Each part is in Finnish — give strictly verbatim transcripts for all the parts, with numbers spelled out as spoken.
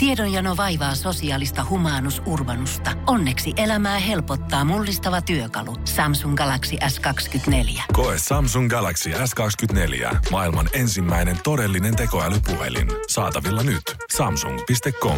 Tiedonjano vaivaa sosiaalista humanus urbanusta. Onneksi elämää helpottaa mullistava työkalu. Samsung Galaxy S kaksikymmentäneljä. Koe Samsung Galaxy S kaksikymmentäneljä. Maailman ensimmäinen todellinen tekoälypuhelin. Saatavilla nyt. samsung piste com.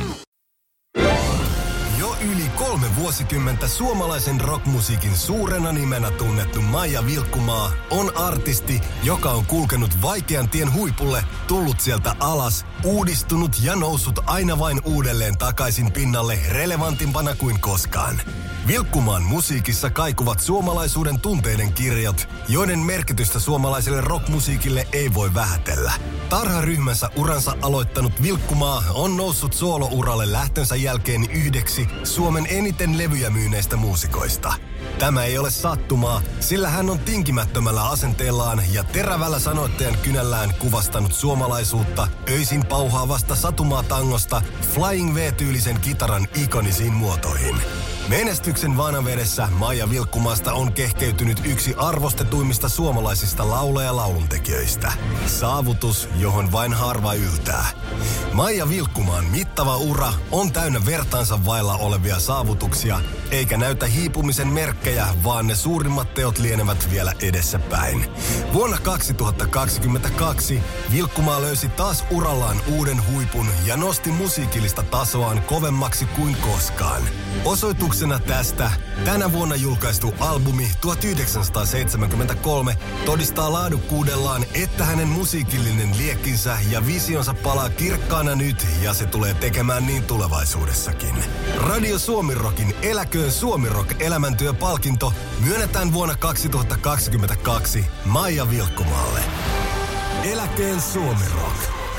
Jo yli kolme vuosikymmentä suomalaisen rockmusiikin suurena nimenä tunnettu Maija Vilkkumaa on artisti, joka on kulkenut vaikean tien huipulle, tullut sieltä alas, uudistunut ja noussut aina vain uudelleen takaisin pinnalle relevantimpana kuin koskaan. Vilkkumaan musiikissa kaikuvat suomalaisuuden tunteiden kirjat, joiden merkitystä suomalaiselle rockmusiikille ei voi vähätellä. Tarha-ryhmänsä uransa aloittanut Vilkkumaa on noussut soolouralle lähtönsä jälkeen yhdeksi Suomen eniten levyjä myyneistä muusikoista. Tämä ei ole sattumaa, sillä hän on tinkimättömällä asenteellaan ja terävällä sanoittajan kynällään kuvastanut suomalaisuutta öisin pauhaavasta satumaatangosta Flying V-tyylisen kitaran ikonisiin muotoihin. Menestyksen vanavedessä Maija Vilkkumaasta on kehkeytynyt yksi arvostetuimmista suomalaisista laulu- ja lauluntekijöistä. Saavutus, johon vain harva yltää. Maija Vilkkumaan mittava ura on täynnä vertaansa vailla olevia saavutuksia, eikä näytä hiipumisen merkkejä, vaan ne suurimmat teot lienevät vielä edessäpäin. Vuonna kaksituhattakaksikymmentäkaksi Vilkkumaa löysi taas urallaan uuden huipun ja nosti musiikillista tasoaan kovemmaksi kuin koskaan. Osoituksena tästä tänä vuonna julkaistu albumi tuhatyhdeksänsataaseitsemänkymmentäkolme todistaa laadukkuudellaan, että hänen musiikillinen liekkinsä ja visionsa palaa kirkkaana nyt ja se tulee tekemään niin tulevaisuudessakin. Radio Suomi Rockin Eläköön Suomi Rock -elämäntyöpalkinto myönnetään vuonna kaksituhattakaksikymmentäkaksi Maija Vilkkumaalle. Eläköön Suomi Rock.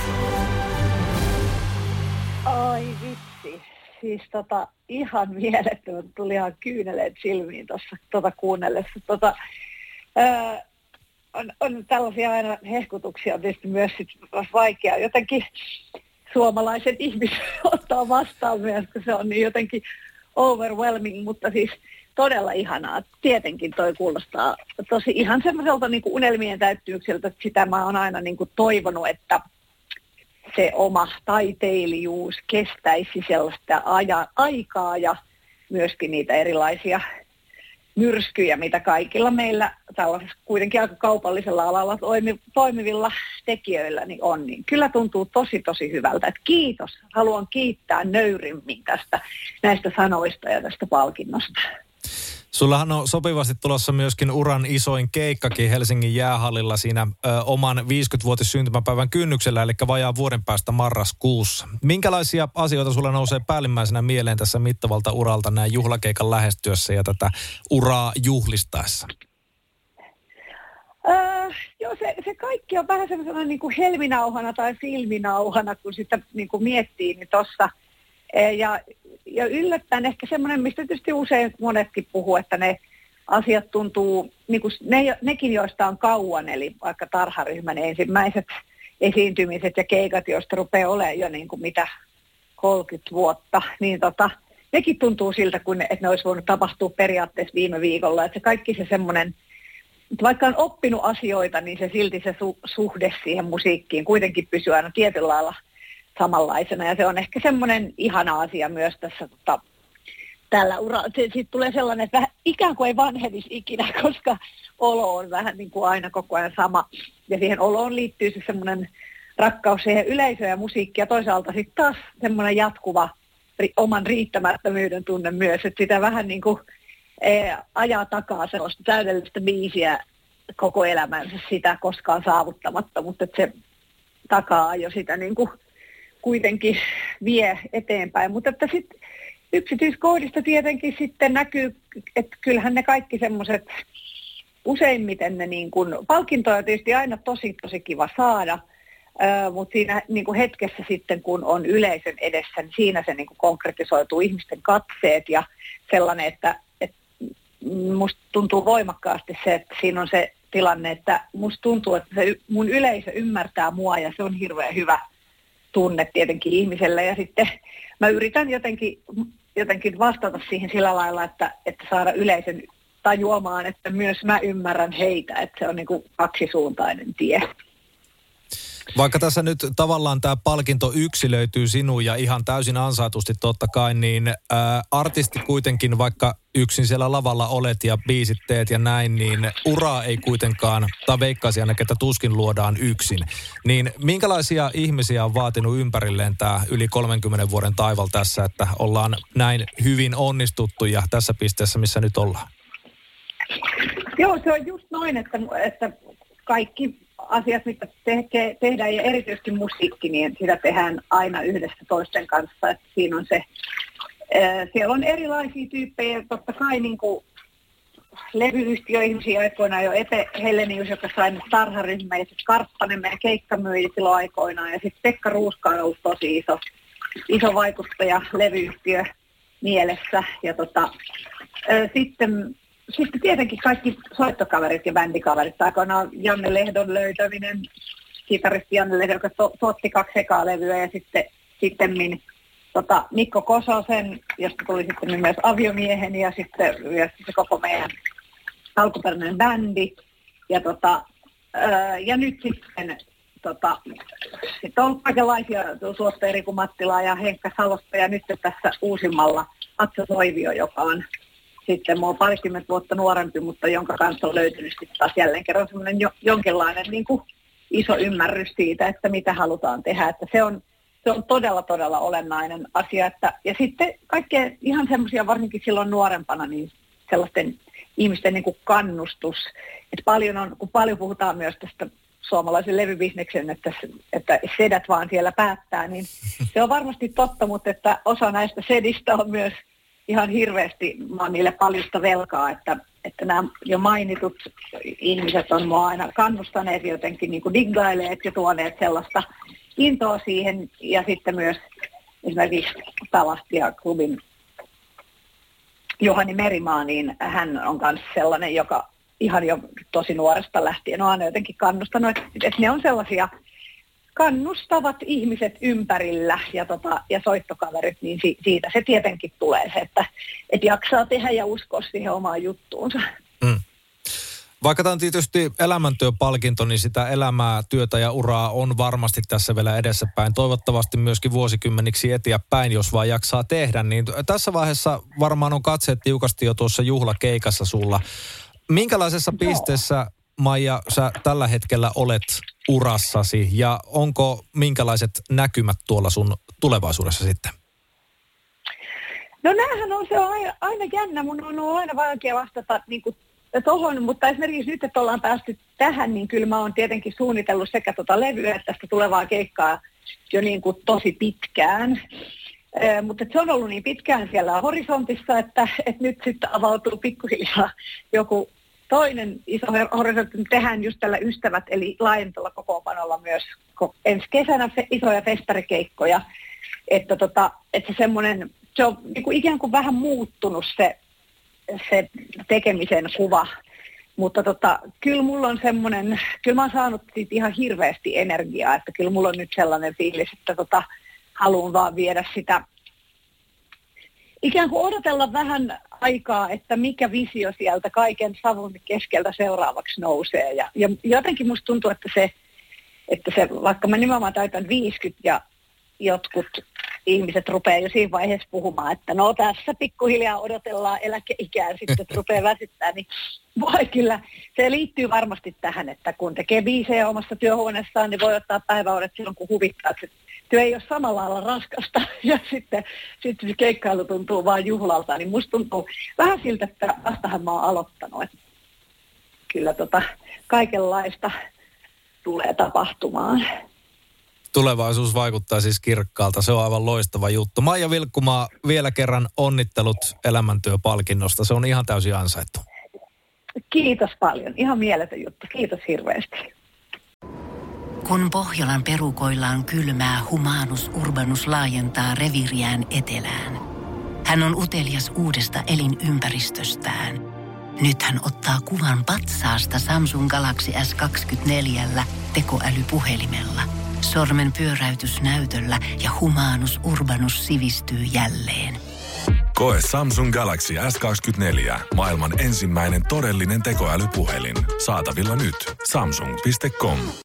Ai vitsi. Siis tota, ihan mielettömän, tuli ihan kyyneleet silmiin tuossa tota kuunnellessa. Tota, öö, on, on tällaisia aina hehkutuksia tietysti myös sit vaikea jotenkin suomalaisen ihmisen ottaa vastaan myös, kun se on niin jotenkin overwhelming, mutta siis todella ihanaa. Tietenkin toi kuulostaa tosi ihan semmoiselta niin kuin unelmien täyttymykseltä, että sitä mä oon aina niin kuin toivonut, että se oma taiteilijuus kestäisi sellaista aja, aikaa ja myöskin niitä erilaisia myrskyjä, mitä kaikilla meillä tällaisessa kuitenkin aika kaupallisella alalla toimivilla tekijöillä niin on. Niin kyllä tuntuu tosi tosi hyvältä. Et kiitos. Haluan kiittää nöyrimmin tästä näistä sanoista ja tästä palkinnosta. Sullahan on sopivasti tulossa myöskin uran isoin keikkakin Helsingin jäähallilla siinä ö, oman viisikymmenvuotis syntymäpäivän kynnyksellä, eli vajaa vuoden päästä marraskuussa. Minkälaisia asioita sulla nousee päällimmäisenä mieleen tässä mittavalta uralta näin juhlakeikan lähestyessä ja tätä uraa juhlistaessa? Öö, joo, se, se kaikki on vähän sellaisena niin kuin helminauhana tai filminauhana, kun sitä niin kuin miettii niin tossa. Ja, ja yllättäen ehkä semmoinen, mistä tietysti usein monetkin puhuu, että ne asiat tuntuu, niin kuin ne, nekin joista on kauan, eli vaikka Tarha-ryhmän ensimmäiset esiintymiset ja keikat, joista rupeaa olemaan jo niin kuin mitä kolmekymmentä vuotta, niin tota, nekin tuntuu siltä, kun ne, että ne olisi voinut tapahtua periaatteessa viime viikolla. Että se kaikki se semmoinen, että vaikka on oppinut asioita, niin se silti se su, suhde siihen musiikkiin kuitenkin pysyy aina tietyllä lailla samanlaisena, ja se on ehkä semmoinen ihana asia myös tässä tota, tällä uralla. Siitä tulee sellainen, että vähän ikään kuin ei vanhenisi ikinä, koska olo on vähän niin kuin aina koko ajan sama. Ja siihen oloon liittyy se semmoinen rakkaus siihen yleisöön ja musiikkiin, ja toisaalta sitten taas semmoinen jatkuva ri, oman riittämättömyyden tunne myös, että sitä vähän niin kuin e, ajaa takaa sellaista täydellistä biisiä koko elämänsä sitä koskaan saavuttamatta, mutta että se takaa jo sitä niin kuin kuitenkin vie eteenpäin, mutta että sitten yksityiskohdista tietenkin sitten näkyy, että kyllähän ne kaikki semmoiset, useimmiten ne niin kuin, palkintoja on tietysti aina tosi tosi kiva saada, äh, mutta siinä niin kuin hetkessä sitten kun on yleisön edessä, niin siinä se niin kuin konkretisoituu ihmisten katseet ja sellainen, että, että musta tuntuu voimakkaasti se, että siinä on se tilanne, että musta tuntuu, että se mun yleisö ymmärtää mua ja se on hirveän hyvä tunne tietenkin ihmiselle, ja sitten mä yritän jotenkin, jotenkin vastata siihen sillä lailla, että, että saada yleisön tajuamaan, että myös mä ymmärrän heitä, että se on niin kuin kaksisuuntainen tie. Vaikka tässä nyt tavallaan tämä palkinto yksilöityy sinuun ja ihan täysin ansaitusti totta kai, niin ää, artisti kuitenkin, vaikka yksin siellä lavalla olet ja biisit teet ja näin, niin uraa ei kuitenkaan, tai veikkaisin ainakin, että tuskin luodaan yksin. Niin minkälaisia ihmisiä on vaatinut ympärilleen tämä yli kolmenkymmenen vuoden taival tässä, että ollaan näin hyvin onnistuttu ja tässä pisteessä, missä nyt ollaan? Joo, se on just noin, että, että kaikki asiat, mitä te- tehdään ja erityisesti musiikki, niin sitä tehdään aina yhdessä toisten kanssa. Että siinä on se, ää, siellä on erilaisia tyyppejä, totta kai niin kuin levyyhtiöihmisiä aikoinaan jo Epe Hellenius, joka sai nyt tarharyhmä, ja sitten Karppanen meidän keikkamyyjä silloin aikoinaan, ja sitten Pekka Ruuska on ollut tosi iso, iso vaikuttaja levyyhtiö mielessä, ja tota, ää, sitten Sitten tietenkin kaikki soittokaverit ja bändikaverit. Aikoinaan Janne Lehdon löytäminen, kitaristi Janne Lehdon, joka to, tuotti kaksi ekaa levyä, ja sitten sittemmin tota, Mikko Kososen, josta tuli sitten myös aviomieheni, ja sitten myös se koko meidän alkuperäinen bändi. Ja, tota, ää, ja nyt sitten tota, sit on kaikenlaisia tuotteja, Riku Mattilaa ja Henkka Salosta, ja nyt tässä uusimmalla Atso Soivio, joka on sitten mä oon parikymmentä vuotta nuorempi, mutta jonka kanssa on löytynyt sitten taas jälleen kerran semmoinen jo, jonkinlainen niin kuin iso ymmärrys siitä, että mitä halutaan tehdä. Että se on, se on todella, todella olennainen asia. Että, ja sitten kaikkea ihan semmoisia, varsinkin silloin nuorempana, niin sellaisten ihmisten niin kuin kannustus. Että paljon on, kun paljon puhutaan myös tästä suomalaisen levybisneksen, että, että sedät vaan siellä päättää, niin se on varmasti totta, mutta että osa näistä sedistä on myös ihan hirveästi, mä oon niille paljosta velkaa, että, että nämä jo mainitut ihmiset on mua aina kannustaneet jotenkin niin kuin diggaileet ja tuoneet sellaista intoa siihen. Ja sitten myös esimerkiksi Talastia-klubin Juhani Merimaa, niin hän on myös sellainen, joka ihan jo tosi nuoresta lähtien on aina jotenkin kannustanut, että, että ne on sellaisia kannustavat ihmiset ympärillä ja, tota, ja soittokaverit, niin si- siitä se tietenkin tulee se, että et jaksaa tehdä ja uskoa siihen omaan juttuunsa. Mm. Vaikka tämä on tietysti elämäntyöpalkinto, niin sitä elämää, työtä ja uraa on varmasti tässä vielä edessäpäin. Toivottavasti myöskin vuosikymmeniksi eteenpäin, jos vaan jaksaa tehdä. Niin tässä vaiheessa varmaan on katseet tiukasti jo tuossa juhlakeikassa sulla. Minkälaisessa Joo. pisteessä, Maija, sä tällä hetkellä olet urassasi ja onko minkälaiset näkymät tuolla sun tulevaisuudessa sitten? No näähän on se on aina, aina jännä. Mun on ollut aina vaikea vastata niin kuin tohon, mutta esimerkiksi nyt, että ollaan päästy tähän, niin kyllä mä oon tietenkin suunnitellut sekä tota levyä että tästä tulevaa keikkaa jo niin kuin tosi pitkään. Eh, mutta se on ollut niin pitkään siellä horisontissa, että, että nyt sitten avautuu pikkuhiljaa joku toinen iso horisontti. Tehdään just tällä Ystävät, eli laajentella kokoonpanolla myös ensi kesänä isoja festarikeikkoja, että, tota, että se semmoinen, se on niin kuin ikään kuin vähän muuttunut se, se tekemisen kuva, mutta tota, kyllä mulla on semmoinen, kyllä mä oon saanut siitä ihan hirveästi energiaa, että kyllä mulla on nyt sellainen fiilis, että tota, haluan vaan viedä sitä, ikään kuin odotella vähän aikaa, että mikä visio sieltä kaiken savun keskeltä seuraavaksi nousee. Ja, ja jotenkin musta tuntuu, että se, että se, vaikka mä nimenomaan täytän viisikymmentä ja jotkut ihmiset rupeaa jo siinä vaiheessa puhumaan, että no tässä pikkuhiljaa odotellaan eläkeikään sitten, että rupeaa väsyttää, niin voi kyllä, se liittyy varmasti tähän, että kun tekee biisejä omassa työhuoneessaan, niin voi ottaa päiväudet silloin, kun huvittaa, että työ ei ole samalla lailla raskasta ja sitten, sitten se keikkailu tuntuu vaan juhlalta, niin musta tuntuu vähän siltä, että vastahan mä oon aloittanut, että kyllä tota kaikenlaista tulee tapahtumaan. Tulevaisuus vaikuttaa siis kirkkaalta. Se on aivan loistava juttu. Maija Vilkkumaa, vielä kerran onnittelut elämäntyöpalkinnosta. Se on ihan täysin ansaittu. Kiitos paljon. Ihan mieletön juttu. Kiitos hirveästi. Kun Pohjolan perukoillaan kylmää, Humanus Urbanus laajentaa reviiriään etelään. Hän on utelias uudesta elinympäristöstään. Nyt hän ottaa kuvan patsaasta Samsung Galaxy S kaksikymmentäneljä tekoälypuhelimella. Sormen pyöräytys näytöllä ja Humanus Urbanus sivistyy jälleen. Koe Samsung Galaxy S kaksikymmentäneljä. Maailman ensimmäinen todellinen tekoälypuhelin. Saatavilla nyt. Samsung piste com.